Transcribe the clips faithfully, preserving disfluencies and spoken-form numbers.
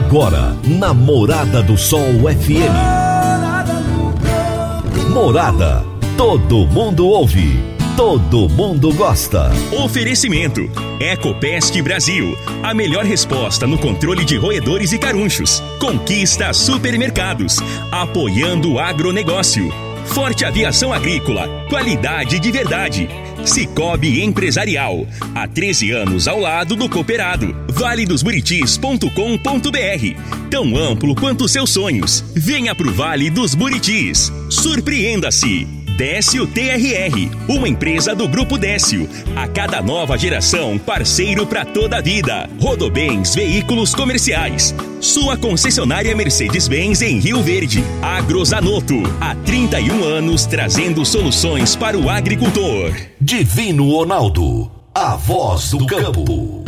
Agora, na Morada do Sol F M. Morada, todo mundo ouve, todo mundo gosta. Oferecimento, Ecopest Brasil, a melhor resposta no controle de roedores e carunchos. Conquista Supermercados, apoiando o agronegócio. Forte Aviação Agrícola, qualidade de verdade. Cicobi Empresarial, há treze anos ao lado do cooperado. vale dos buritis ponto com ponto b r, tão amplo quanto seus sonhos. Venha pro Vale dos Buritis. Surpreenda-se. Décio T R R, uma empresa do Grupo Décio. A cada nova geração, parceiro para toda a vida. Rodobens Veículos Comerciais. Sua concessionária Mercedes-Benz em Rio Verde. Agrozanoto, há trinta e um anos trazendo soluções para o agricultor. Divino Ronaldo, a voz do campo.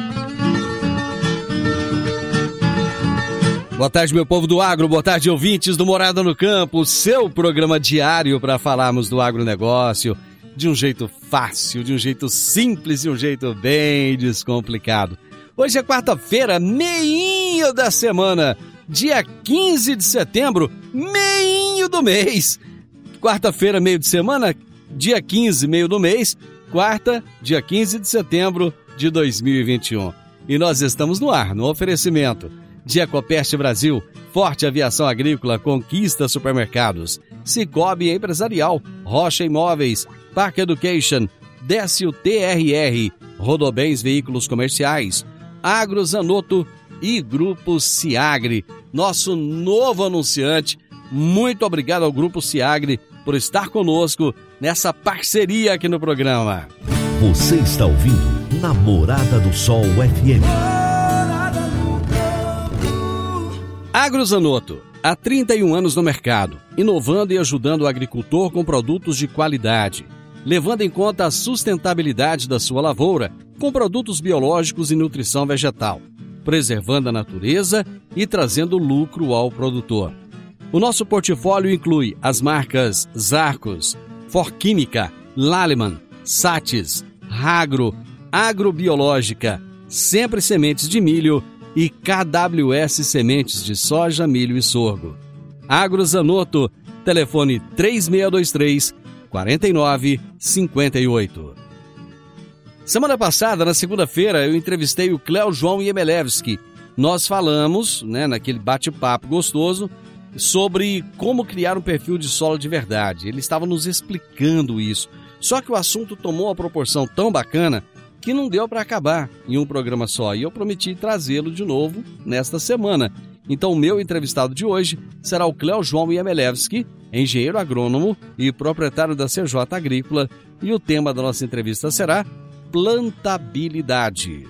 Boa tarde, meu povo do agro, boa tarde, ouvintes do Morada no Campo, seu programa diário para falarmos do agronegócio de um jeito fácil, de um jeito simples, de um jeito bem descomplicado. Hoje é quarta-feira, meinho da semana, dia quinze de setembro, meinho do mês. Quarta-feira, meio de semana, dia quinze, meio do mês, quarta, dia quinze de setembro de dois mil e vinte e um. E nós estamos no ar, no oferecimento de Ecopest Brasil, Forte Aviação Agrícola, Conquista Supermercados, Cicobi Empresarial, Rocha Imóveis, Park Education, Décio T R R, Rodobens Veículos Comerciais, Agrozanoto e Grupo Ciagre, nosso novo anunciante. Muito obrigado ao Grupo Ciagre por estar conosco nessa parceria aqui no programa. Você está ouvindo Namorada do Sol F M. Agrozanoto, há trinta e um anos no mercado, inovando e ajudando o agricultor com produtos de qualidade, levando em conta a sustentabilidade da sua lavoura com produtos biológicos e nutrição vegetal, preservando a natureza e trazendo lucro ao produtor. O nosso portfólio inclui as marcas Zarcos, Forquímica, Laleman, Satis, Ragro, Agrobiológica, Sempre Sementes de Milho e K W S Sementes de Soja, Milho e Sorgo. Agrozanoto, telefone três seis dois três, quatro nove cinco oito. Semana passada, na segunda-feira, eu entrevistei o Cléo João Yemelevski. Nós falamos, né, naquele bate-papo gostoso, sobre como criar um perfil de solo de verdade. Ele estava nos explicando isso. Só que o assunto tomou uma proporção tão bacana que não deu para acabar em um programa só, e eu prometi trazê-lo de novo nesta semana. Então o meu entrevistado de hoje será o Cléo João Yemelevski, engenheiro agrônomo e proprietário da C J Agrícola, e o tema da nossa entrevista será plantabilidade.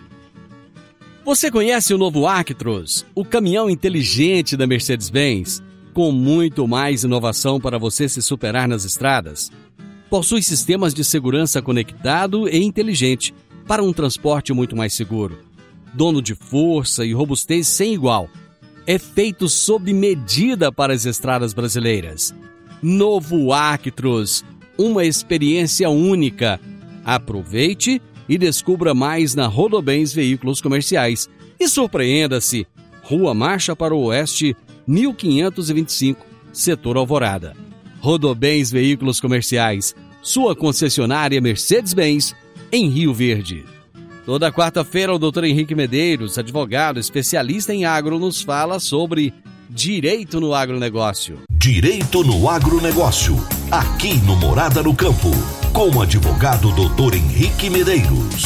Você conhece o novo Actros, o caminhão inteligente da Mercedes-Benz, com muito mais inovação para você se superar nas estradas? Possui sistemas de segurança conectado e inteligente, para um transporte muito mais seguro. Dono de força e robustez sem igual. É feito sob medida para as estradas brasileiras. Novo Actros, uma experiência única. Aproveite e descubra mais na Rodobens Veículos Comerciais. E surpreenda-se, Rua Marcha para o Oeste, mil quinhentos e vinte e cinco, Setor Alvorada. Rodobens Veículos Comerciais, sua concessionária Mercedes-Benz, em Rio Verde. Toda quarta-feira, o doutor Henrique Medeiros, advogado especialista em agro, nos fala sobre direito no agronegócio. Direito no agronegócio, aqui no Morada no Campo, com o advogado doutor Henrique Medeiros.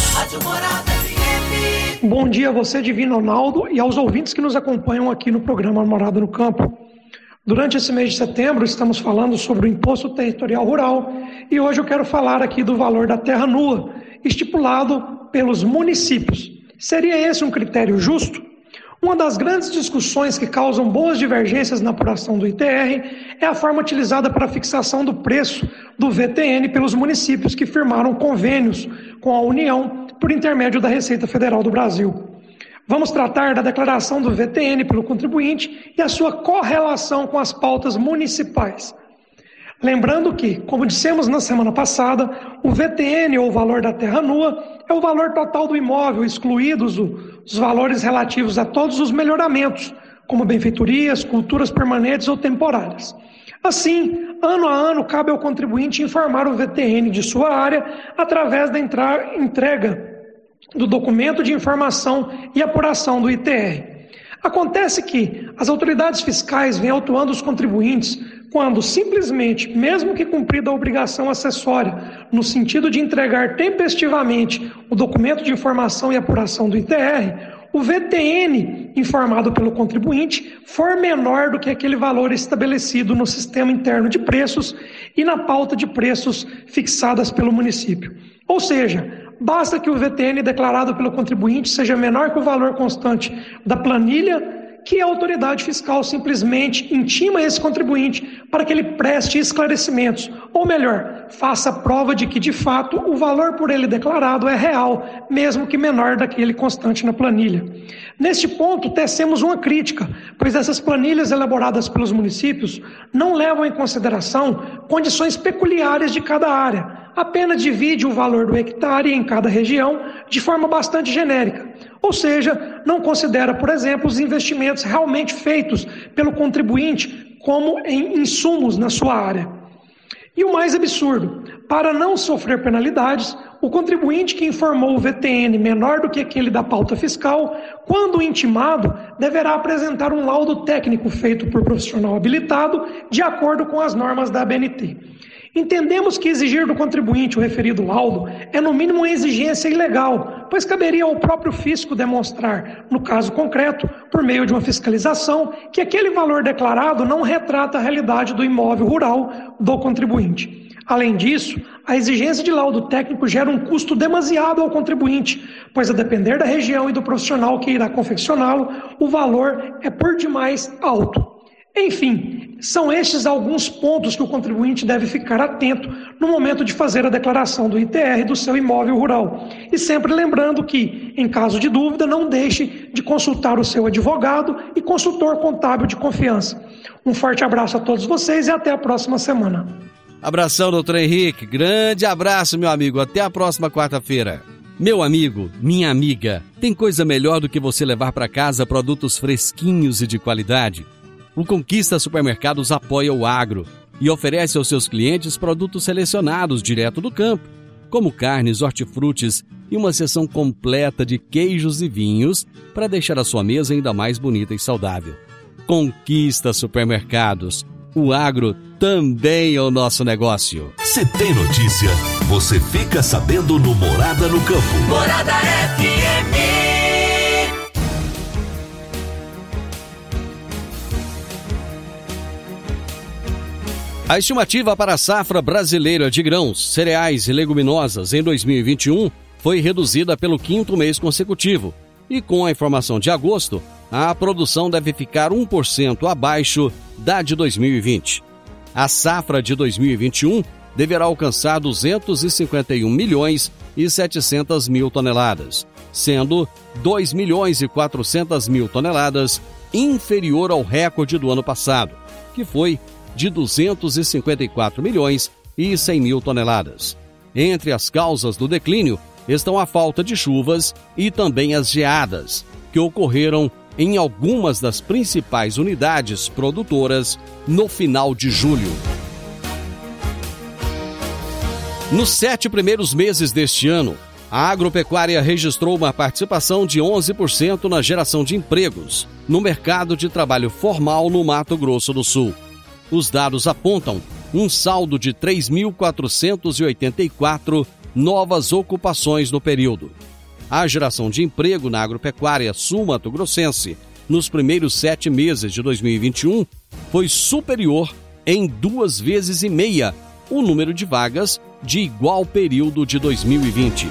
Bom dia a você, Divino Ronaldo, e aos ouvintes que nos acompanham aqui no programa Morada no Campo. Durante esse mês de setembro, estamos falando sobre o Imposto Territorial Rural, e hoje eu quero falar aqui do valor da terra nua, estipulado pelos municípios. Seria esse um critério justo? Uma das grandes discussões que causam boas divergências na apuração do I T R é a forma utilizada para a fixação do preço do V T N pelos municípios que firmaram convênios com a União por intermédio da Receita Federal do Brasil. Vamos tratar da declaração do V T N pelo contribuinte e a sua correlação com as pautas municipais. Lembrando que, como dissemos na semana passada, o V T N, ou valor da terra nua, é o valor total do imóvel, excluídos os valores relativos a todos os melhoramentos, como benfeitorias, culturas permanentes ou temporárias. Assim, ano a ano, cabe ao contribuinte informar o V T N de sua área através da entrega do documento de informação e apuração do I T R. Acontece que as autoridades fiscais vêm autuando os contribuintes quando, simplesmente, mesmo que cumprida a obrigação acessória, no sentido de entregar tempestivamente o documento de informação e apuração do I T R, o V T N informado pelo contribuinte for menor do que aquele valor estabelecido no sistema interno de preços e na pauta de preços fixadas pelo município. Ou seja, basta que o V T N declarado pelo contribuinte seja menor que o valor constante da planilha, que a autoridade fiscal simplesmente intima esse contribuinte para que ele preste esclarecimentos, ou melhor, faça prova de que, de fato, o valor por ele declarado é real, mesmo que menor daquele constante na planilha. Neste ponto, tecemos uma crítica, pois essas planilhas elaboradas pelos municípios não levam em consideração condições peculiares de cada área, apenas divide o valor do hectare em cada região de forma bastante genérica. Ou seja, não considera, por exemplo, os investimentos realmente feitos pelo contribuinte como em insumos na sua área. E o mais absurdo, para não sofrer penalidades, o contribuinte que informou o V T N menor do que aquele da pauta fiscal, quando intimado, deverá apresentar um laudo técnico feito por profissional habilitado de acordo com as normas da A B N T. Entendemos que exigir do contribuinte o referido laudo é no mínimo uma exigência ilegal, pois caberia ao próprio fisco demonstrar, no caso concreto, por meio de uma fiscalização, que aquele valor declarado não retrata a realidade do imóvel rural do contribuinte. Além disso, a exigência de laudo técnico gera um custo demasiado ao contribuinte, pois a depender da região e do profissional que irá confeccioná-lo, o valor é por demais alto. Enfim, são estes alguns pontos que o contribuinte deve ficar atento no momento de fazer a declaração do I T R do seu imóvel rural. E sempre lembrando que, em caso de dúvida, não deixe de consultar o seu advogado e consultor contábil de confiança. Um forte abraço a todos vocês e até a próxima semana. Abração, doutor Henrique. Grande abraço, meu amigo. Até a próxima quarta-feira. Meu amigo, minha amiga, tem coisa melhor do que você levar para casa produtos fresquinhos e de qualidade? O Conquista Supermercados apoia o agro e oferece aos seus clientes produtos selecionados direto do campo, como carnes, hortifrutis e uma seção completa de queijos e vinhos para deixar a sua mesa ainda mais bonita e saudável. Conquista Supermercados. O agro também é o nosso negócio. Se tem notícia, você fica sabendo no Morada no Campo. Morada F M. A estimativa para a safra brasileira de grãos, cereais e leguminosas em dois mil e vinte e um foi reduzida pelo quinto mês consecutivo e, com a informação de agosto, a produção deve ficar um por cento abaixo da de dois mil e vinte. A safra de dois mil e vinte e um deverá alcançar duzentos e cinquenta e um milhões e setecentas mil toneladas, sendo dois milhões e quatrocentas mil toneladas inferior ao recorde do ano passado, que foi de duzentos e cinquenta e quatro milhões e cem mil toneladas. Entre as causas do declínio estão a falta de chuvas e também as geadas, que ocorreram em algumas das principais unidades produtoras no final de julho. Nos sete primeiros meses deste ano, a agropecuária registrou uma participação de onze por cento na geração de empregos no mercado de trabalho formal no Mato Grosso do Sul. Os dados apontam um saldo de três mil quatrocentos e oitenta e quatro novas ocupações no período. A geração de emprego na agropecuária sul-mato-grossense nos primeiros sete meses de dois mil e vinte e um foi superior em duas vezes e meia o número de vagas de igual período de dois mil e vinte.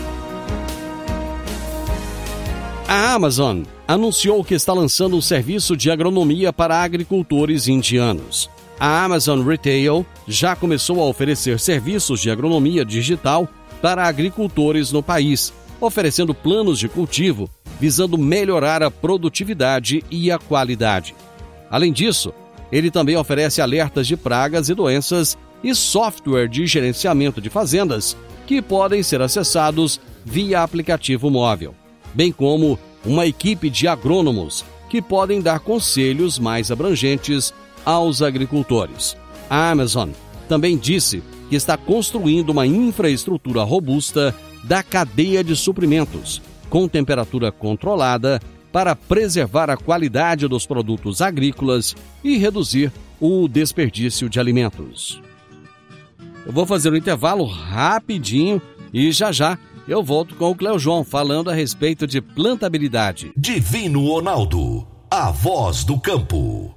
A Amazon anunciou que está lançando um serviço de agronomia para agricultores indianos. A Amazon Retail já começou a oferecer serviços de agronomia digital para agricultores no país, oferecendo planos de cultivo visando melhorar a produtividade e a qualidade. Além disso, ele também oferece alertas de pragas e doenças e software de gerenciamento de fazendas que podem ser acessados via aplicativo móvel, bem como uma equipe de agrônomos que podem dar conselhos mais abrangentes aos agricultores. A Amazon também disse que está construindo uma infraestrutura robusta da cadeia de suprimentos, com temperatura controlada, para preservar a qualidade dos produtos agrícolas e reduzir o desperdício de alimentos. Eu vou fazer um intervalo rapidinho e já já eu volto com o Cléo João falando a respeito de plantabilidade. Divino Ronaldo, a voz do campo.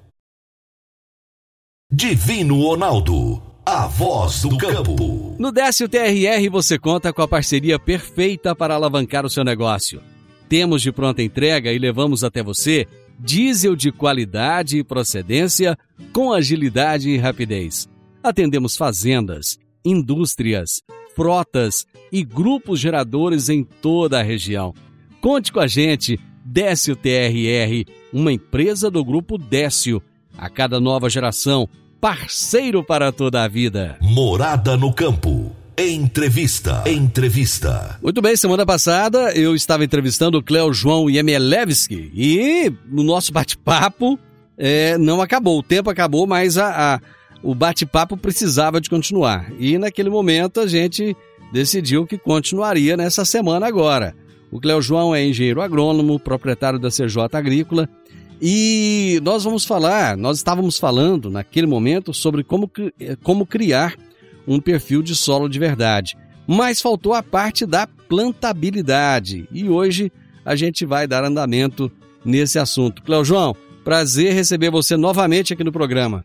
Divino Ronaldo, a voz do campo. No Décio T R R você conta com a parceria perfeita para alavancar o seu negócio. Temos de pronta entrega e levamos até você diesel de qualidade e procedência com agilidade e rapidez. Atendemos fazendas, indústrias, frotas e grupos geradores em toda a região. Conte com a gente, Décio T R R, uma empresa do Grupo Décio. A cada nova geração, parceiro para toda a vida. Morada no Campo. Entrevista. Entrevista. Muito bem, semana passada eu estava entrevistando o Cléo João Yemelevski e no nosso bate-papo é, não acabou. O tempo acabou, mas a, a, o bate-papo precisava de continuar. E naquele momento a gente decidiu que continuaria nessa semana agora. O Cléo João é engenheiro agrônomo, proprietário da C J Agrícola. E nós vamos falar, nós estávamos falando naquele momento sobre como, como criar um perfil de solo de verdade. Mas faltou a parte da plantabilidade. E hoje a gente vai dar andamento nesse assunto. Cléo João, prazer receber você novamente aqui no programa.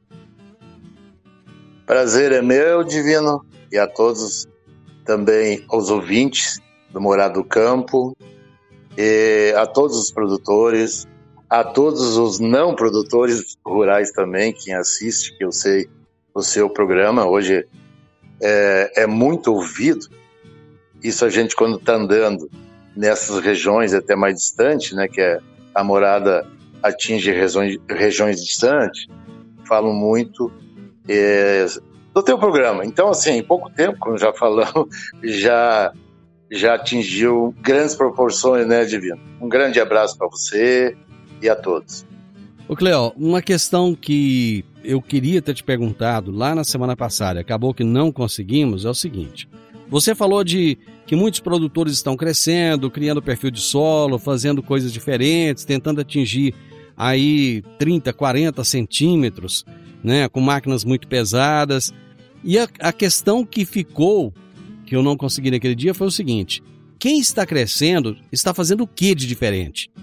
Prazer é meu, Divino, e a todos também, os ouvintes do Morada do Campo, e a todos os produtores, a todos os não produtores rurais também, quem assiste, que eu sei o seu programa hoje é, é muito ouvido. Isso a gente, quando está andando nessas regiões até mais distantes, né, que é, a morada atinge regiões, regiões distantes, falam muito é, do teu programa. Então, assim, em pouco tempo, como já falamos, já, já atingiu grandes proporções, né, Divino? Um grande abraço para você e a todos. Ô Cléo, uma questão que eu queria ter te perguntado lá na semana passada, acabou que não conseguimos, é o seguinte. Você falou de que muitos produtores estão crescendo, criando perfil de solo, fazendo coisas diferentes, tentando atingir aí trinta, quarenta centímetros, né, com máquinas muito pesadas. E a, a questão que ficou, que eu não consegui naquele dia, foi o seguinte. Quem está crescendo está fazendo o que de diferente?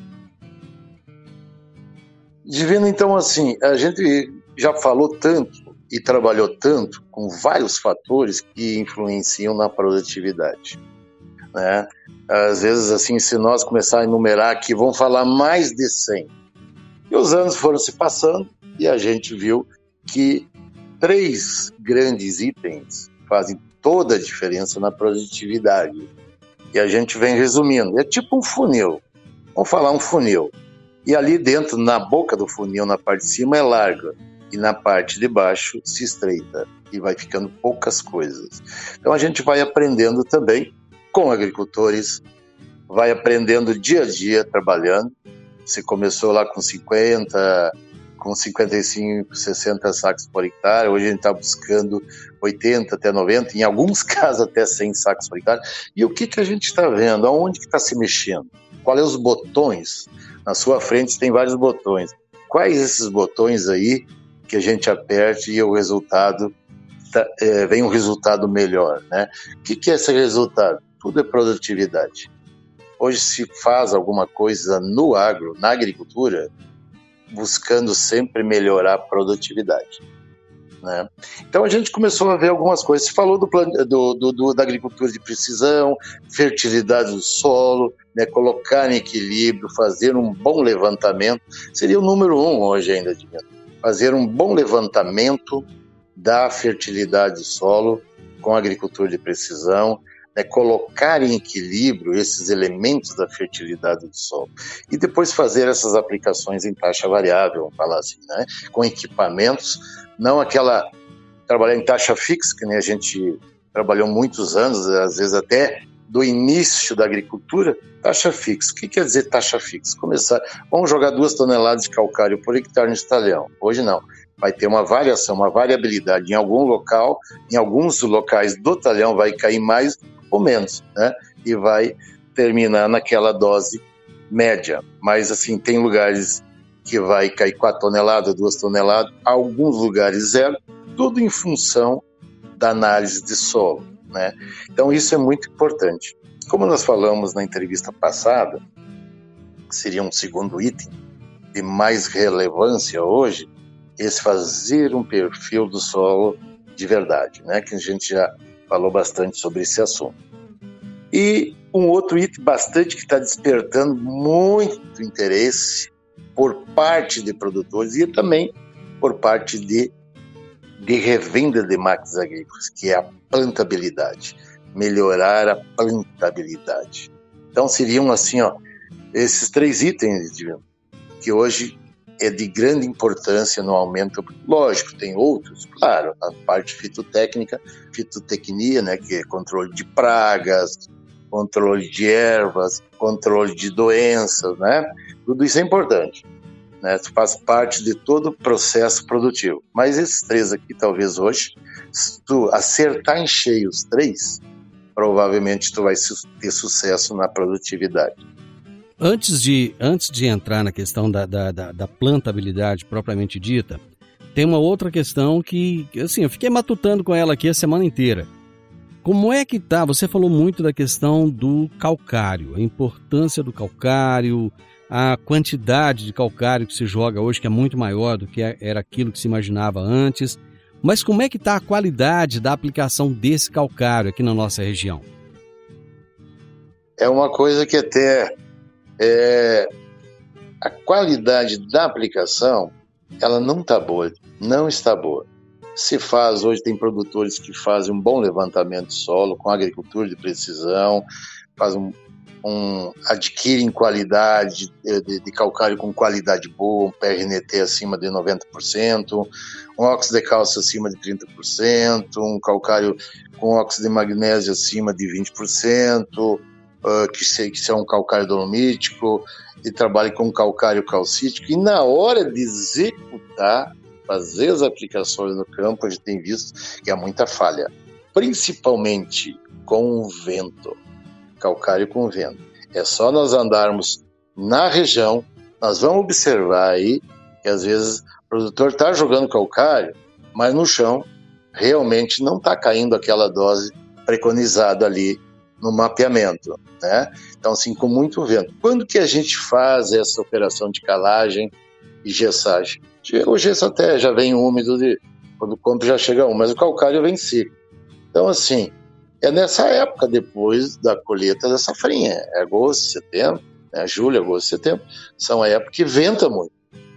Divino, então, assim, a gente já falou tanto e trabalhou tanto com vários fatores que influenciam na produtividade, né? Às vezes, assim, se nós começar a enumerar aqui, vão falar mais de cem. E os anos foram se passando e a gente viu que três grandes itens fazem toda a diferença na produtividade. E a gente vem resumindo. É tipo um funil. Vamos falar um funil. E ali dentro, na boca do funil, na parte de cima, é larga. E na parte de baixo se estreita. E vai ficando poucas coisas. Então a gente vai aprendendo também com agricultores, vai aprendendo dia a dia, trabalhando. Você começou lá com cinquenta, com cinquenta e cinco, sessenta sacos por hectare. Hoje a gente está buscando oitenta até noventa, em alguns casos até cem sacos por hectare. E o que, que a gente está vendo? Aonde que está se mexendo? Quais os botões? Na sua frente tem vários botões. Quais esses botões aí que a gente aperte e o resultado tá, é, vem um resultado melhor, né? O que, que é esse resultado? Tudo é produtividade. Hoje se faz alguma coisa no agro, na agricultura, buscando sempre melhorar a produtividade, né? Então a gente começou a ver algumas coisas. Você falou do, do, do, do, da agricultura de precisão, fertilidade do solo, né, colocar em equilíbrio, fazer um bom levantamento. Seria o número um hoje ainda, fazer um bom levantamento da fertilidade do solo com a agricultura de precisão, né, colocar em equilíbrio esses elementos da fertilidade do solo e depois fazer essas aplicações em taxa variável, vamos falar assim, né, com equipamentos, não aquela trabalhar em taxa fixa, que nem a gente trabalhou muitos anos, às vezes até do início da agricultura, taxa fixa. O que quer dizer taxa fixa? Começar, vamos jogar duas toneladas de calcário por hectare nesse talhão. Hoje não. Vai ter uma variação, uma variabilidade. Em algum local, em alguns locais do talhão vai cair mais ou menos, né? E vai terminar naquela dose média. Mas, assim, tem lugares que vai cair quatro toneladas, duas toneladas, alguns lugares zero, tudo em função da análise de solo, né? Então, isso é muito importante. Como nós falamos na entrevista passada, que seria um segundo item de mais relevância hoje, esse fazer um perfil do solo de verdade, né? Que a gente já falou bastante sobre esse assunto. E um outro item bastante que está despertando muito interesse por parte de produtores e também por parte de, de revenda de máquinas agrícolas, que é a plantabilidade, melhorar a plantabilidade. Então seriam assim, ó, esses três itens que hoje é de grande importância no aumento. Lógico, tem outros, claro, a parte fitotécnica, fitotecnia, né, que é controle de pragas, controle de ervas, controle de doenças, né? Tudo isso é importante, né? Isso faz parte de todo o processo produtivo. Mas esses três aqui, talvez hoje, se tu acertar em cheio os três, provavelmente tu vai ter sucesso na produtividade. Antes de, antes de entrar na questão da, da, da, da plantabilidade propriamente dita, tem uma outra questão que, assim, eu fiquei matutando com ela aqui a semana inteira. Como é que tá? Você falou muito da questão do calcário, a importância do calcário, a quantidade de calcário que se joga hoje, que é muito maior do que era aquilo que se imaginava antes. Mas como é que está a qualidade da aplicação desse calcário aqui na nossa região? É uma coisa que até é, a qualidade da aplicação, ela não está boa, não está boa. Se faz, hoje tem produtores que fazem um bom levantamento de solo com agricultura de precisão, fazem um, um, adquirem qualidade de, de calcário com qualidade boa, um P R N T acima de noventa por cento, um óxido de cálcio acima de trinta por cento, um calcário com óxido de magnésio acima de vinte por cento, uh, que, se, que é um calcário dolomítico, e trabalha com calcário calcítico, e na hora de executar, fazer as aplicações no campo, a gente tem visto que há muita falha, principalmente com o vento, calcário com vento. É só nós andarmos na região, nós vamos observar aí que às vezes o produtor está jogando calcário, mas no chão realmente não está caindo aquela dose preconizada ali no mapeamento, né? Então, assim, com muito vento. Quando que a gente faz essa operação de calagem e gessagem? O gesso até já vem úmido, de, quando compra já chega um, mas o calcário vem seco. Então, assim, é nessa época, depois da colheita da safrinha, é agosto, setembro, né, julho, agosto, setembro, são a época que venta muito,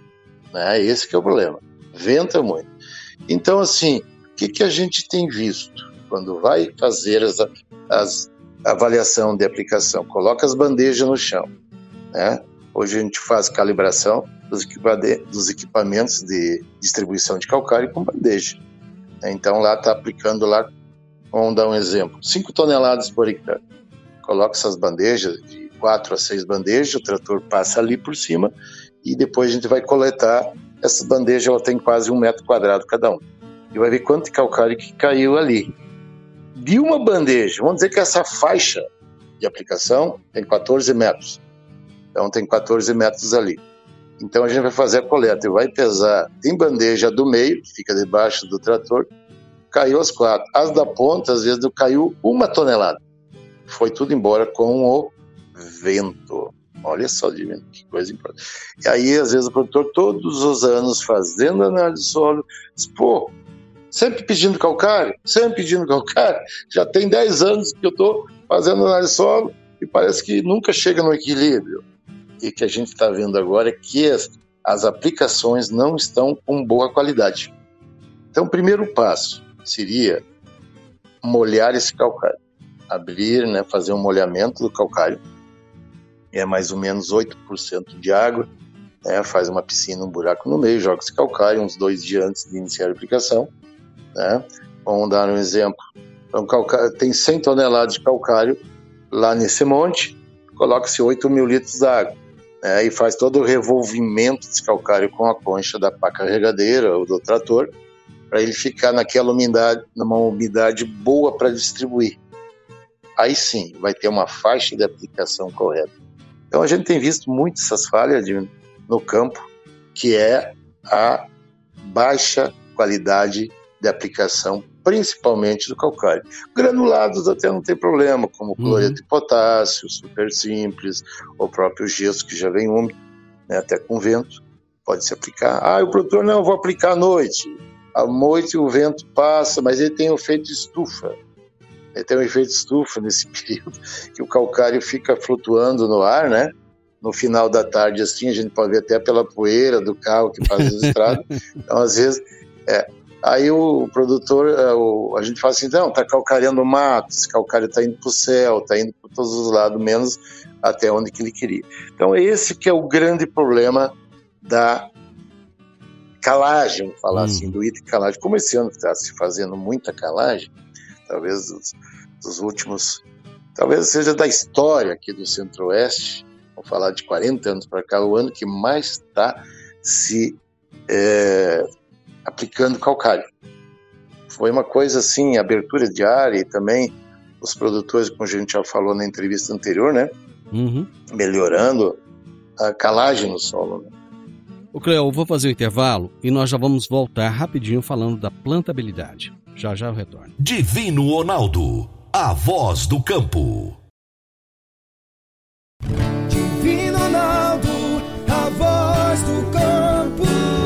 né? Esse que é o problema, venta muito. Então, assim, o que, que a gente tem visto quando vai fazer as, as avaliação de aplicação? Coloca as bandejas no chão, né? Hoje a gente faz calibração dos, dos equipamentos de distribuição de calcário com bandeja. Então lá está aplicando lá, vamos dar um exemplo, cinco toneladas por hectare. Coloca essas bandejas, de quatro a seis bandejas, o trator passa ali por cima e depois a gente vai coletar. Essas bandejas, ela tem quase um metro quadrado cada um. E vai ver quanto de calcário que caiu ali. De uma bandeja, vamos dizer que essa faixa de aplicação tem quatorze metros. Então tem quatorze metros ali. Então a gente vai fazer a coleta e vai pesar. Tem bandeja do meio, que fica debaixo do trator, caiu as quatro. As da ponta, às vezes, caiu uma tonelada. Foi tudo embora com o vento. Olha só, divino, que coisa importante. E aí, às vezes, o produtor, todos os anos, fazendo análise de solo, diz, pô, sempre pedindo calcário, sempre pedindo calcário. Já tem dez anos que eu estou fazendo análise de solo e parece que nunca chega no equilíbrio. E o que a gente está vendo agora é que as, as aplicações não estão com boa qualidade. Então, o primeiro passo seria molhar esse calcário. Abrir, né, fazer um molhamento do calcário. É mais ou menos oito por cento de água. Né, faz uma piscina, um buraco no meio, joga esse calcário uns dois dias antes de iniciar a aplicação. Né? Vamos dar um exemplo. Então, calcário, tem cem toneladas de calcário lá nesse monte, coloca-se oito mil litros d'água, né, e faz todo o revolvimento desse calcário com a concha da pá carregadeira ou do trator, para ele ficar naquela umidade, numa umidade boa para distribuir. Aí sim, vai ter uma faixa de aplicação correta. Então a gente tem visto muito essas falhas de, no campo, que é a baixa qualidade de aplicação, principalmente do calcário. Granulados até não tem problema, como cloreto de potássio, super simples, o próprio gesso que já vem úmido, né, até com vento, pode se aplicar. Ah, o produtor, não, eu vou aplicar à noite. À noite o vento passa, mas ele tem o efeito de estufa. Ele tem um efeito de estufa nesse período, que o calcário fica flutuando no ar, né? No final da tarde, assim, a gente pode ver até pela poeira do carro que faz as estradas. Então, às vezes, é, aí o produtor, é, o, a gente fala assim, não, tá calcareando o mato, esse calcário tá indo pro céu, tá indo por todos os lados, menos até onde que ele queria. Então, esse que é o grande problema da calagem, vamos falar hum. assim, do item calagem. Como esse ano está se fazendo muita calagem, talvez dos, dos últimos, talvez seja da história aqui do Centro-Oeste, vamos falar de quarenta anos para cá, o ano que mais está se é, aplicando calcário. Foi uma coisa assim, abertura de área e também os produtores, como a gente já falou na entrevista anterior, né? Uhum. Melhorando a calagem no solo, né? Ô Cleo, eu vou fazer o intervalo e nós já vamos voltar rapidinho falando da plantabilidade. Já já eu retorno. Divino Ronaldo, a voz do campo. Divino Ronaldo, a voz do campo.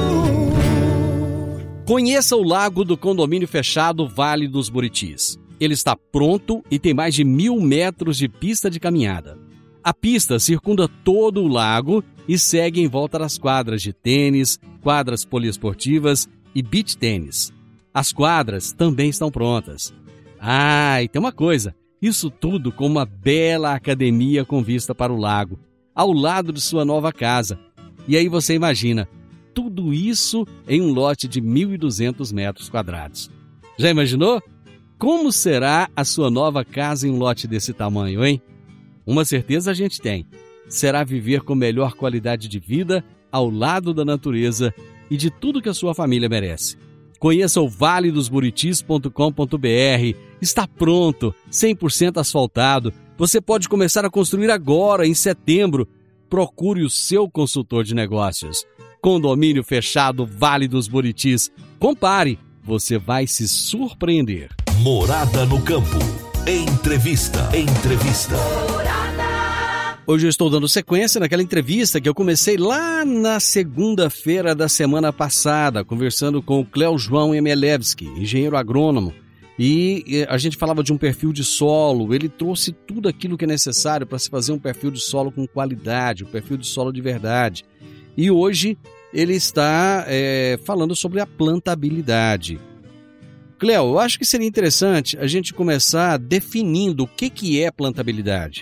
Conheça o lago do condomínio fechado Vale dos Buritis. Ele está pronto e tem mais de mil metros de pista de caminhada. A pista circunda todo o lago e segue em volta das quadras de tênis, quadras poliesportivas e beach tênis. As quadras também estão prontas. Ah, e tem uma coisa, isso tudo com uma bela academia com vista para o lago, ao lado de sua nova casa. E aí você imagina, tudo isso em um lote de mil e duzentos metros quadrados. Já imaginou? Como será a sua nova casa em um lote desse tamanho, hein? Uma certeza a gente tem. Será viver com melhor qualidade de vida, ao lado da natureza e de tudo que a sua família merece. Conheça o vale dos buritis ponto com ponto b r. Está pronto, cem por cento asfaltado. Você pode começar a construir agora, em setembro. Procure o seu consultor de negócios. Condomínio fechado Vale dos Buritis. Compare, você vai se surpreender. Morada no campo. Entrevista. Entrevista. Hoje eu estou dando sequência naquela entrevista que eu comecei lá na segunda-feira da semana passada, conversando com o Cleo João Emelevski, engenheiro agrônomo. E a gente falava de um perfil de solo, ele trouxe tudo aquilo que é necessário para se fazer um perfil de solo com qualidade, um perfil de solo de verdade. E hoje ele está é, falando sobre a plantabilidade. Cleo, eu acho que seria interessante a gente começar definindo o que, que é plantabilidade.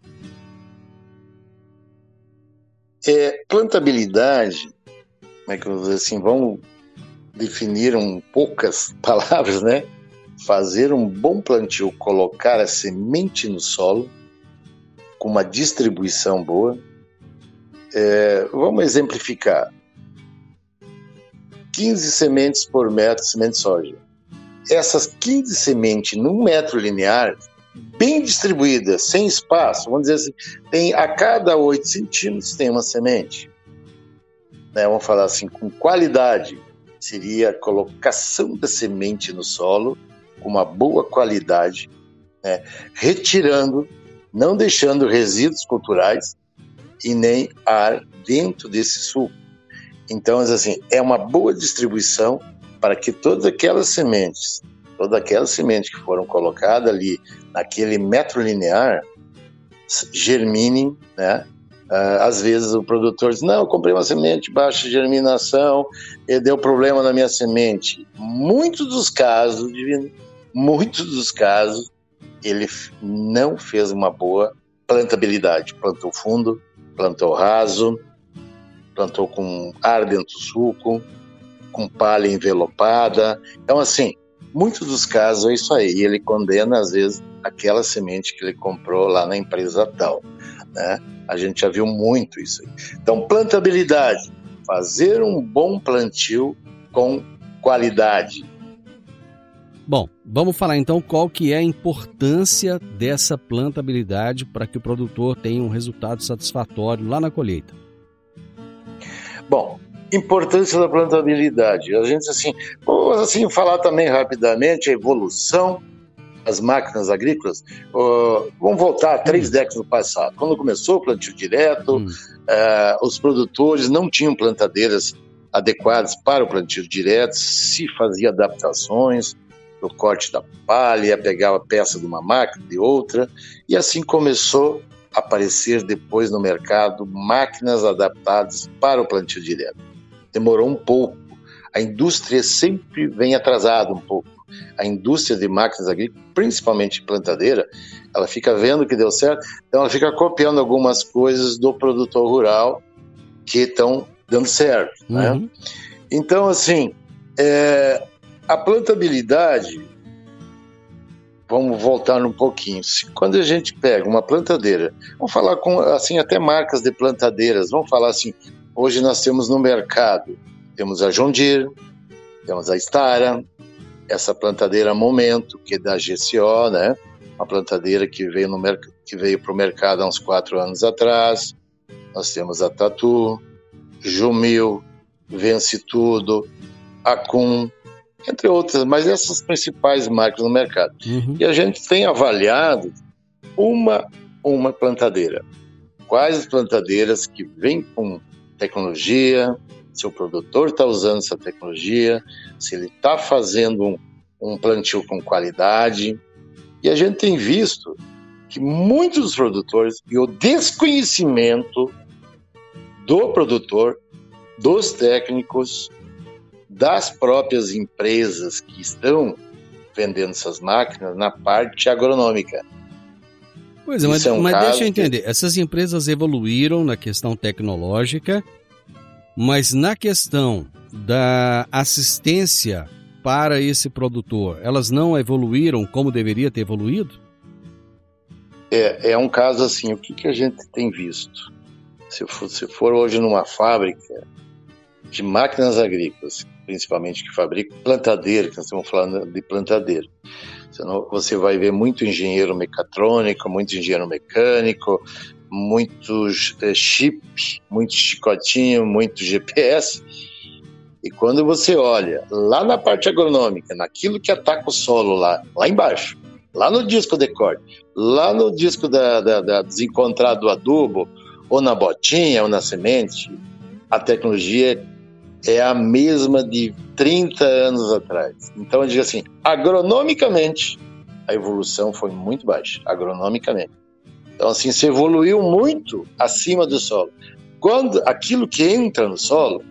É, plantabilidade, como é que eu vou dizer assim, vamos definir em poucas palavras, né? Fazer um bom plantio, colocar a semente no solo, com uma distribuição boa. É, vamos exemplificar. quinze sementes por metro de semente de soja. Essas quinze sementes num metro linear, bem distribuídas, sem espaço, vamos dizer assim, tem, a cada oito centímetros tem uma semente. Né, vamos falar assim, com qualidade, seria a colocação da semente no solo, com uma boa qualidade, né, retirando, não deixando resíduos culturais e nem ar dentro desse suco. Então, assim, é uma boa distribuição para que todas aquelas sementes, todas aquelas sementes que foram colocadas ali naquele metro linear, germinem, né? Uh, às vezes o produtor diz, não, eu comprei uma semente de baixa germinação e deu problema na minha semente. Muitos dos casos, muitos dos casos, ele não fez uma boa plantabilidade. Plantou fundo, plantou raso, plantou com ar dentro do suco, com palha envelopada. Então, assim, muitos dos casos é isso aí, e ele condena às vezes aquela semente que ele comprou lá na empresa tal, né? A gente já viu muito isso aí. Então, plantabilidade, fazer um bom plantio com qualidade. Bom, vamos falar então qual que é a importância dessa plantabilidade para que o produtor tenha um resultado satisfatório lá na colheita. Bom, importância da plantabilidade. A gente, assim, vamos assim, falar também rapidamente a evolução das máquinas agrícolas. Uh, vamos voltar a três hum. décadas no passado. Quando começou o plantio direto, hum. uh, os produtores não tinham plantadeiras adequadas para o plantio direto, se fazia adaptações no corte da palha, pegava peça de uma máquina, de outra, e assim começou a aparecer depois no mercado máquinas adaptadas para o plantio direto. Demorou um pouco. A indústria sempre vem atrasada um pouco. A indústria de máquinas agrícolas, principalmente plantadeira, ela fica vendo que deu certo, então ela fica copiando algumas coisas do produtor rural que estão dando certo, uhum. né? Então, assim, é, a plantabilidade, vamos voltar um pouquinho. Quando a gente pega uma plantadeira, vamos falar com, assim, até marcas de plantadeiras, vamos falar assim, hoje nós temos no mercado, temos a John Deere, temos a Stara, essa plantadeira Momento, que é da G C O, né? Uma plantadeira que veio, no merc- que veio para o mercado há uns quatro anos atrás. Nós temos a Tatu, Jumil, Vence Tudo, Acum, entre outras, mas essas principais marcas no mercado. Uhum. E a gente tem avaliado uma, uma plantadeira. Quais as plantadeiras que vêm com tecnologia, se o produtor está usando essa tecnologia, se ele está fazendo um, um plantio com qualidade. E a gente tem visto que muitos dos produtores, e o desconhecimento do produtor, dos técnicos, das próprias empresas que estão vendendo essas máquinas na parte agronômica. Pois é, mas, é um mas deixa eu que... entender. Essas empresas evoluíram na questão tecnológica, mas na questão da assistência para esse produtor, elas não evoluíram como deveria ter evoluído? É, é um caso assim, o que, que a gente tem visto? Se for, se for hoje numa fábrica de máquinas agrícolas, principalmente que fabricam plantadeira, que nós estamos falando de plantadeira, você vai ver muito engenheiro mecatrônico, muito engenheiro mecânico, muitos é, chips, muito chicotinho, muito G P S. E quando você olha lá na parte agronômica, naquilo que ataca o solo lá, lá embaixo, lá no disco de corte, lá no disco da, da, da desencontrado do adubo, ou na botinha, ou na semente, a tecnologia é a mesma de trinta anos atrás. Então eu digo assim, agronomicamente, a evolução foi muito baixa, agronomicamente. Então assim, se evoluiu muito acima do solo. Quando aquilo que entra no solo,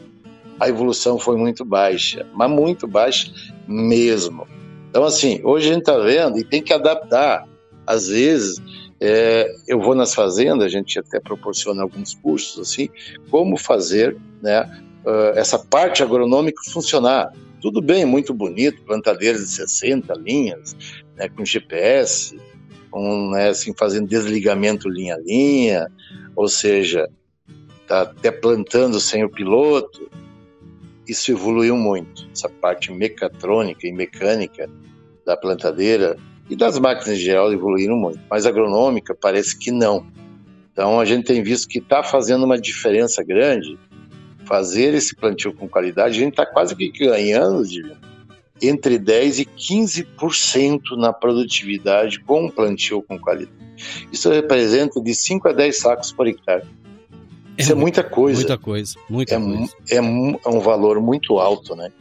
a evolução foi muito baixa, mas muito baixa mesmo. Então assim, hoje a gente está vendo e tem que adaptar. Às vezes, é, eu vou nas fazendas, a gente até proporciona alguns cursos assim, como fazer, né, uh, essa parte agronômica funcionar. Tudo bem, muito bonito, plantadeiras de sessenta linhas, né, com G P S, com, né, assim, fazendo desligamento linha a linha, ou seja, tá até plantando sem o piloto. Isso evoluiu muito, essa parte mecatrônica e mecânica da plantadeira e das máquinas em geral evoluíram muito, mas a agronômica parece que não. Então a gente tem visto que está fazendo uma diferença grande fazer esse plantio com qualidade. A gente está quase que ganhando de entre dez por cento e quinze por cento na produtividade com plantio com qualidade. Isso representa de cinco a dez sacos por hectare. Isso é, é muita coisa. Muita coisa, muita é, coisa. É, é um valor muito alto, né?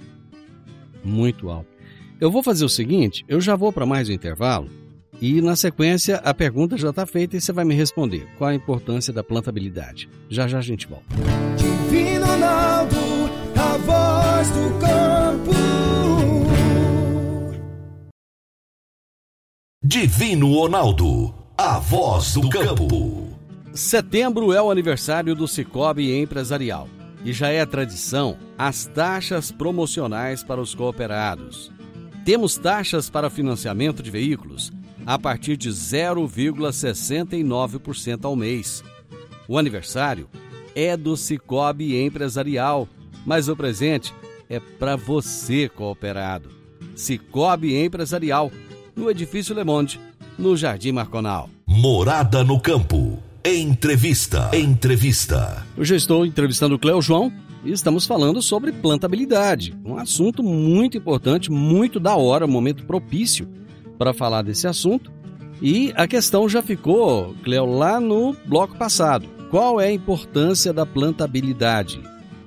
Muito alto. Eu vou fazer o seguinte, eu já vou para mais um intervalo e na sequência a pergunta já está feita e você vai me responder. Qual a importância da plantabilidade? Já já a gente volta. Divino Ronaldo, a voz do campo. Divino Ronaldo, a voz do campo. Setembro é o aniversário do Sicoob Empresarial e já é tradição as taxas promocionais para os cooperados. Temos taxas para financiamento de veículos a partir de zero vírgula sessenta e nove por cento ao mês. O aniversário é do Cicobi Empresarial, mas o presente é para você, cooperado. Cicobi Empresarial, no Edifício Le Monde, no Jardim Marconal. Morada no Campo. Entrevista. Entrevista. Hoje eu estou entrevistando o Cleo João e estamos falando sobre plantabilidade. Um assunto muito importante, muito da hora, um momento propício para falar desse assunto. E a questão já ficou, Cleo, lá no bloco passado. Qual é a importância da plantabilidade?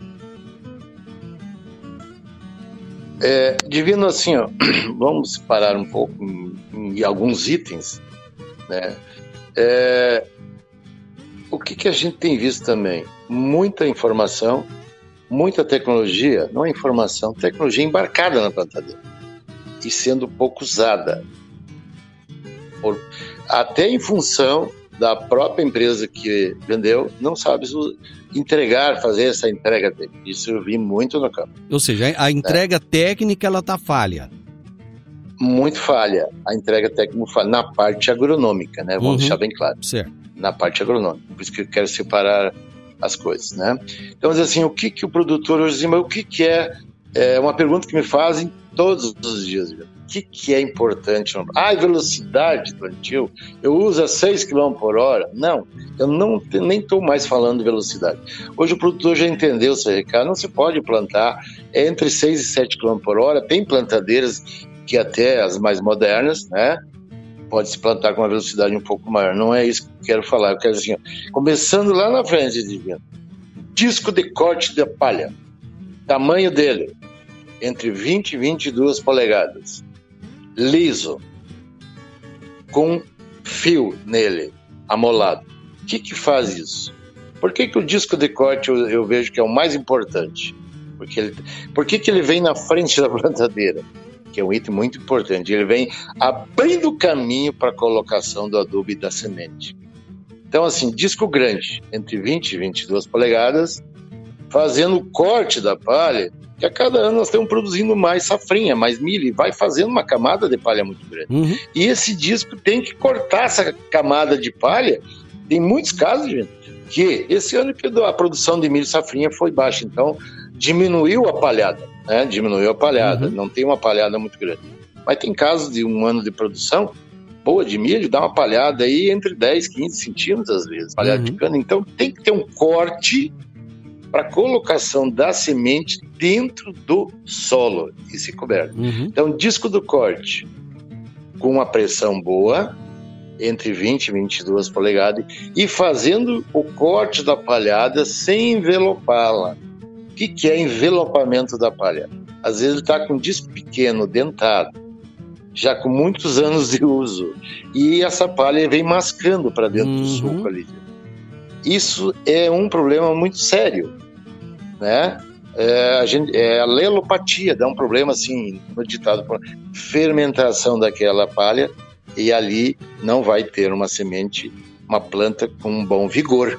É, Divino, assim, ó, vamos parar um pouco em, em alguns itens, né? É, o que, que a gente tem visto também? Muita informação, muita tecnologia, não é informação, tecnologia embarcada na plantadeira e sendo pouco usada. Por, até em função da própria empresa que vendeu, não sabe entregar, fazer essa entrega técnica. Isso eu vi muito no campo. Ou seja, a entrega é. técnica, ela está falha. Muito falha. A entrega técnica falha na parte agronômica, né? Vamos uhum. deixar bem claro. Certo. Na parte agronômica. Por isso que eu quero separar as coisas, né? Então, mas assim, o que que o produtor hoje diz, mas o que que é, é uma pergunta que me fazem todos os dias, viu? O que, que é importante? Ah, velocidade de plantio, eu uso a seis quilômetros por hora. Não, eu não, nem estou mais falando de velocidade. Hoje o produtor já entendeu o seu recado, não se pode plantar entre seis e sete quilômetros por hora. Tem plantadeiras que até as mais modernas, né? Pode se plantar com uma velocidade um pouco maior. Não é isso que eu quero falar. Eu quero assim, ó, começando lá na frente, Divino. Disco de corte da palha. Tamanho dele, entre vinte e vinte e duas polegadas. Liso, com fio nele, amolado. O que que faz isso? Por que que o disco de corte eu, eu vejo que é o mais importante? Porque ele, por que que ele vem na frente da plantadeira? Que é um item muito importante. Ele vem abrindo o caminho para a colocação do adubo e da semente. Então, assim, disco grande, entre vinte e vinte e duas polegadas, fazendo o corte da palha, que a cada ano nós estamos produzindo mais safrinha, mais milho, e vai fazendo uma camada de palha muito grande. Uhum. E esse disco tem que cortar essa camada de palha. Tem muitos casos, gente, que esse ano a produção de milho safrinha foi baixa, então diminuiu a palhada, né? Diminuiu a palhada, uhum. Não tem uma palhada muito grande. Mas tem casos de um ano de produção boa de milho, dá uma palhada aí entre dez, quinze centímetros às vezes, palhada uhum. de cana. Então tem que ter um corte para colocação da semente dentro do solo e se coberto. Uhum. Então, disco do corte com uma pressão boa, entre vinte e vinte e duas polegadas, e fazendo o corte da palhada sem envelopá-la. O que, que é envelopamento da palha? Às vezes ele está com um disco pequeno, dentado, já com muitos anos de uso, e essa palha vem mascando para dentro uhum. do suco ali. Isso é um problema muito sério, né? É a, gente, é a lelopatia, dá um problema assim, no ditado, fermentação daquela palha, e ali não vai ter uma semente, uma planta com um bom vigor.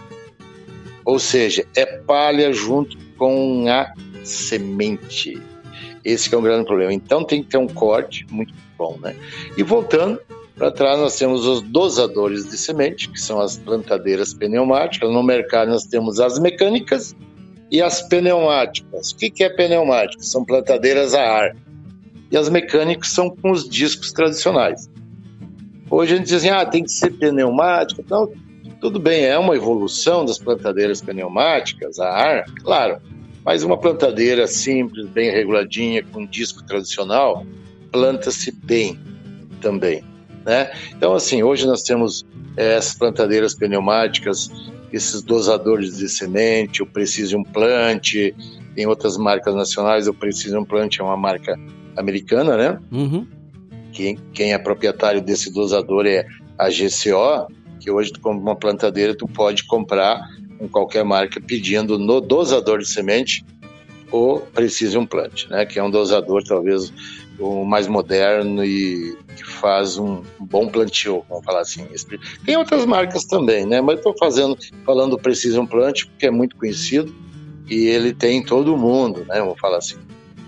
Ou seja, é palha junto com a semente. Esse que é um grande problema. Então tem que ter um corte muito bom, né? E voltando para trás, nós temos os dosadores de semente, que são as plantadeiras pneumáticas. No mercado nós temos as mecânicas e as pneumáticas. O que que é pneumática? São plantadeiras a ar. E as mecânicas são com os discos tradicionais. Hoje a gente diz assim, ah, tem que ser pneumática. Então, tudo bem, é uma evolução das plantadeiras pneumáticas a ar, claro. Mas uma plantadeira simples, bem reguladinha, com disco tradicional, planta-se bem também, né? Então, assim, hoje nós temos é, essas plantadeiras pneumáticas, esses dosadores de semente, o Precision Plant, tem outras marcas nacionais, o Precision Plant é uma marca americana, né? Uhum. Quem, quem é proprietário desse dosador é a G C O, que hoje tu compra uma plantadeira, tu pode comprar com qualquer marca pedindo no dosador de semente o Precision Plant, né? Que é um dosador talvez o mais moderno e que faz um bom plantio, vamos falar assim. Tem outras marcas também, né? Mas estou fazendo, falando do Precision Plant porque é muito conhecido e ele tem em todo o mundo, né? Vamos falar assim.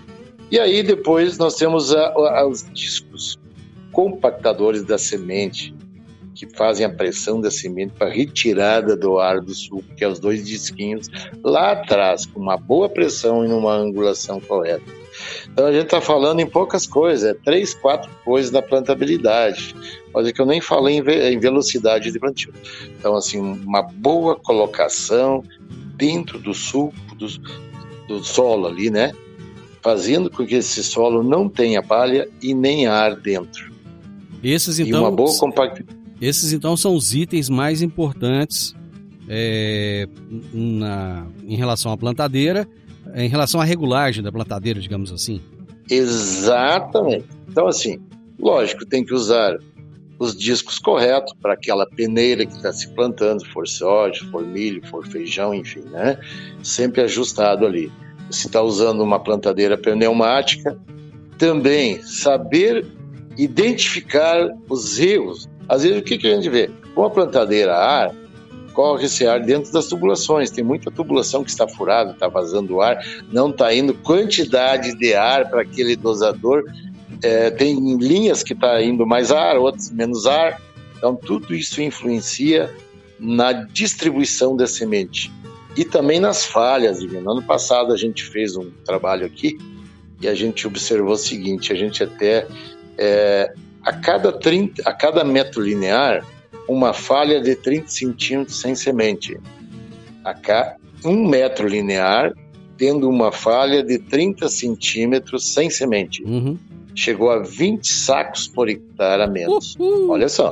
E aí depois nós temos a, a, os discos compactadores da semente, que fazem a pressão da semente para retirada do ar do suco, que é os dois disquinhos lá atrás, com uma boa pressão e numa angulação correta. Então a gente está falando em poucas coisas, é três, quatro coisas da plantabilidade. Olha que eu nem falei em, ve- em velocidade de plantio. Então, assim, uma boa colocação dentro do suco, do, do solo ali, né? Fazendo com que esse solo não tenha palha e nem ar dentro. Esses, então, e uma boa compactação. Esses, então, são os itens mais importantes é, na, em relação à plantadeira, em relação à regulagem da plantadeira, digamos assim. Exatamente. Então, assim, lógico, tem que usar os discos corretos para aquela peneira que está se plantando, for soja, for milho, for feijão, enfim, né? Sempre ajustado ali. Se está usando uma plantadeira pneumática, também saber identificar os erros. Às vezes, o que, que a gente vê? Com a plantadeira a ar, corre esse ar dentro das tubulações. Tem muita tubulação que está furada, está vazando ar, não está indo quantidade de ar para aquele dosador. É, tem linhas que está indo mais ar, outras menos ar. Então, tudo isso influencia na distribuição da semente. E também nas falhas. No ano passado, a gente fez um trabalho aqui e a gente observou o seguinte, a gente até... É, a, cada trinta, a cada metro linear, uma falha de trinta centímetros sem semente. A cada um metro linear, tendo uma falha de trinta centímetros sem semente. Uhum. Chegou a vinte sacos por hectare a menos. Uhul. Olha só.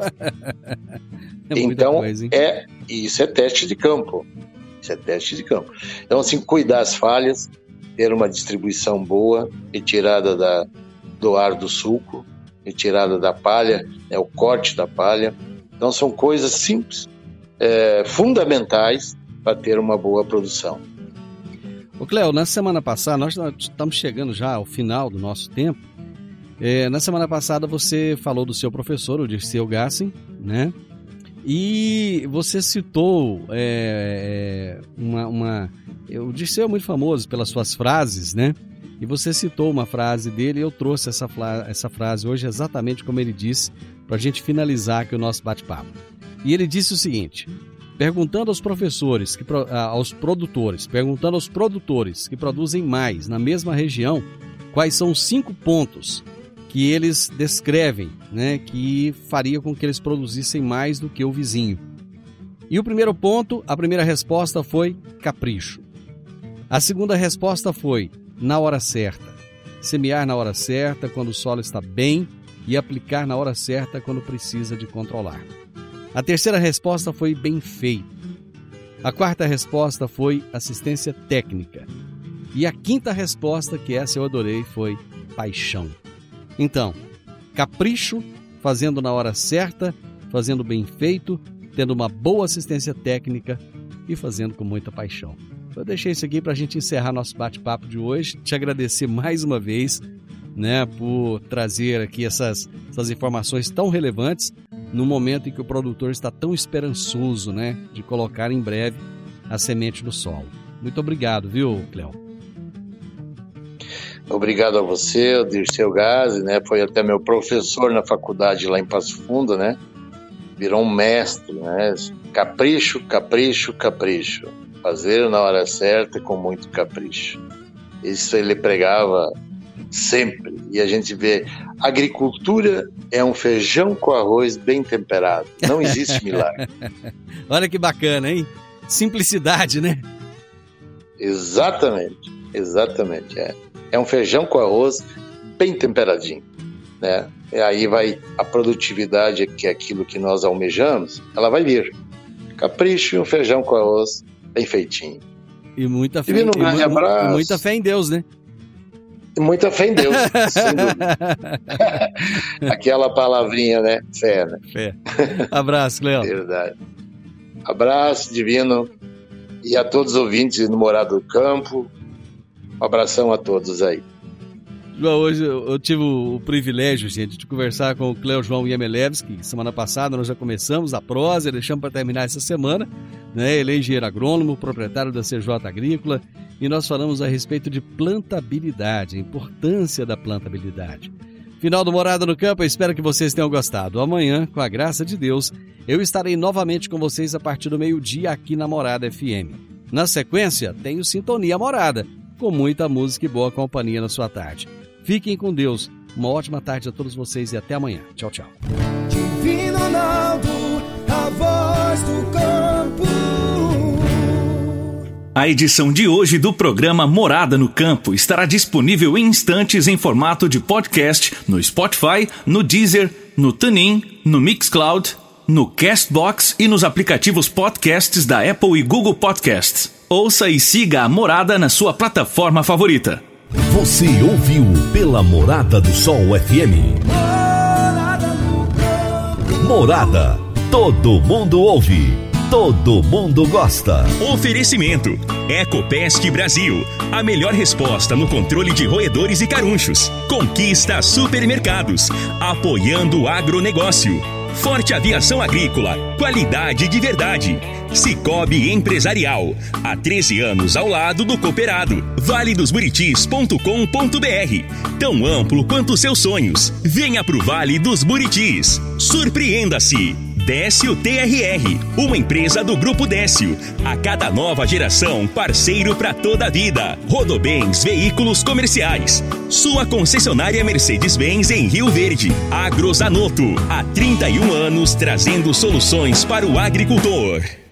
É então, coisa, é, isso é teste de campo. Isso é teste de campo. Então, assim, cuidar das falhas, ter uma distribuição boa, retirada da, do ar do suco, retirada da palha, né, o corte da palha. Então, são coisas simples, é, fundamentais para ter uma boa produção. Ô Cléo, na semana passada, nós estamos chegando já ao final do nosso tempo. É, na semana passada você falou do seu professor, o Dirceu Gassin, né? E você citou é, uma, uma... O Dirceu é muito famoso pelas suas frases, né? E você citou uma frase dele e eu trouxe essa, essa frase hoje exatamente como ele disse, para a gente finalizar aqui o nosso bate-papo. E ele disse o seguinte, perguntando aos professores, que, aos produtores, perguntando aos produtores que produzem mais na mesma região, quais são os cinco pontos que eles descrevem, né, que faria com que eles produzissem mais do que o vizinho. E o primeiro ponto, a primeira resposta foi capricho. A segunda resposta foi na hora certa. Semear na hora certa, quando o solo está bem, e aplicar na hora certa, quando precisa de controlar. A terceira resposta foi bem feito. A quarta resposta foi assistência técnica. E a quinta resposta, que essa eu adorei, foi paixão. Então, capricho, fazendo na hora certa, fazendo bem feito, tendo uma boa assistência técnica e fazendo com muita paixão. Eu deixei isso aqui para a gente encerrar nosso bate-papo de hoje. Te agradecer mais uma vez, né, por trazer aqui essas, essas informações tão relevantes no momento em que o produtor está tão esperançoso, né, de colocar em breve a semente no solo. Muito obrigado, viu, Cléo? Obrigado a você, o Dirceu Gassin, né? Foi até meu professor na faculdade lá em Passo Fundo, né? Virou um mestre, né? Capricho, capricho, capricho. Fazer na hora certa com muito capricho. Isso ele pregava sempre. E a gente vê, agricultura é um feijão com arroz bem temperado. Não existe milagre. Olha que bacana, hein? Simplicidade, né? Exatamente, exatamente, é. É um feijão com arroz bem temperadinho, né? E aí vai a produtividade, que é aquilo que nós almejamos, ela vai vir. Capricho e um feijão com arroz bem feitinho. E muita fé, e, e, e muita fé em Deus, né? E muita fé em Deus, sem dúvida. Aquela palavrinha, né? Fé, né? Fé. Abraço, Cléo. Verdade. Abraço, Divino. E a todos os ouvintes do Morada do Campo. Um abração a todos aí. Hoje eu tive o privilégio, gente, de conversar com o Cléo João Yemelevski. Semana passada nós já começamos a prosa, deixamos para terminar essa semana, né? Ele é engenheiro agrônomo, proprietário da C J Agrícola, e nós falamos a respeito de plantabilidade, a importância da plantabilidade. Final do Morada no Campo, eu espero que vocês tenham gostado. Amanhã, com a graça de Deus, eu estarei novamente com vocês a partir do meio-dia aqui na Morada F M. Na sequência, tenho Sintonia Morada, com muita música e boa companhia na sua tarde. Fiquem com Deus. Uma ótima tarde a todos vocês e até amanhã. Tchau, tchau. Divino Ronaldo, a voz do campo. A edição de hoje do programa Morada no Campo estará disponível em instantes em formato de podcast no Spotify, no Deezer, no TuneIn, no Mixcloud, no Castbox e nos aplicativos podcasts da Apple e Google Podcasts. Ouça e siga a Morada na sua plataforma favorita. Você ouviu pela Morada do Sol F M. Morada. Todo mundo ouve. Todo mundo gosta. Oferecimento: Ecopest Brasil. A melhor resposta no controle de roedores e carunchos. Conquista Supermercados. Apoiando o agronegócio. Forte Aviação Agrícola. Qualidade de verdade. Cicobi Empresarial. Há treze anos ao lado do cooperado. vale dos buritis ponto com ponto b r. Tão amplo quanto seus sonhos. Venha pro Vale dos Buritis. Surpreenda-se. Décio T R R, uma empresa do Grupo Décio. A cada nova geração, parceiro para toda a vida. Rodobens Veículos Comerciais. Sua concessionária Mercedes-Benz em Rio Verde. Agrozanoto, há trinta e um anos trazendo soluções para o agricultor.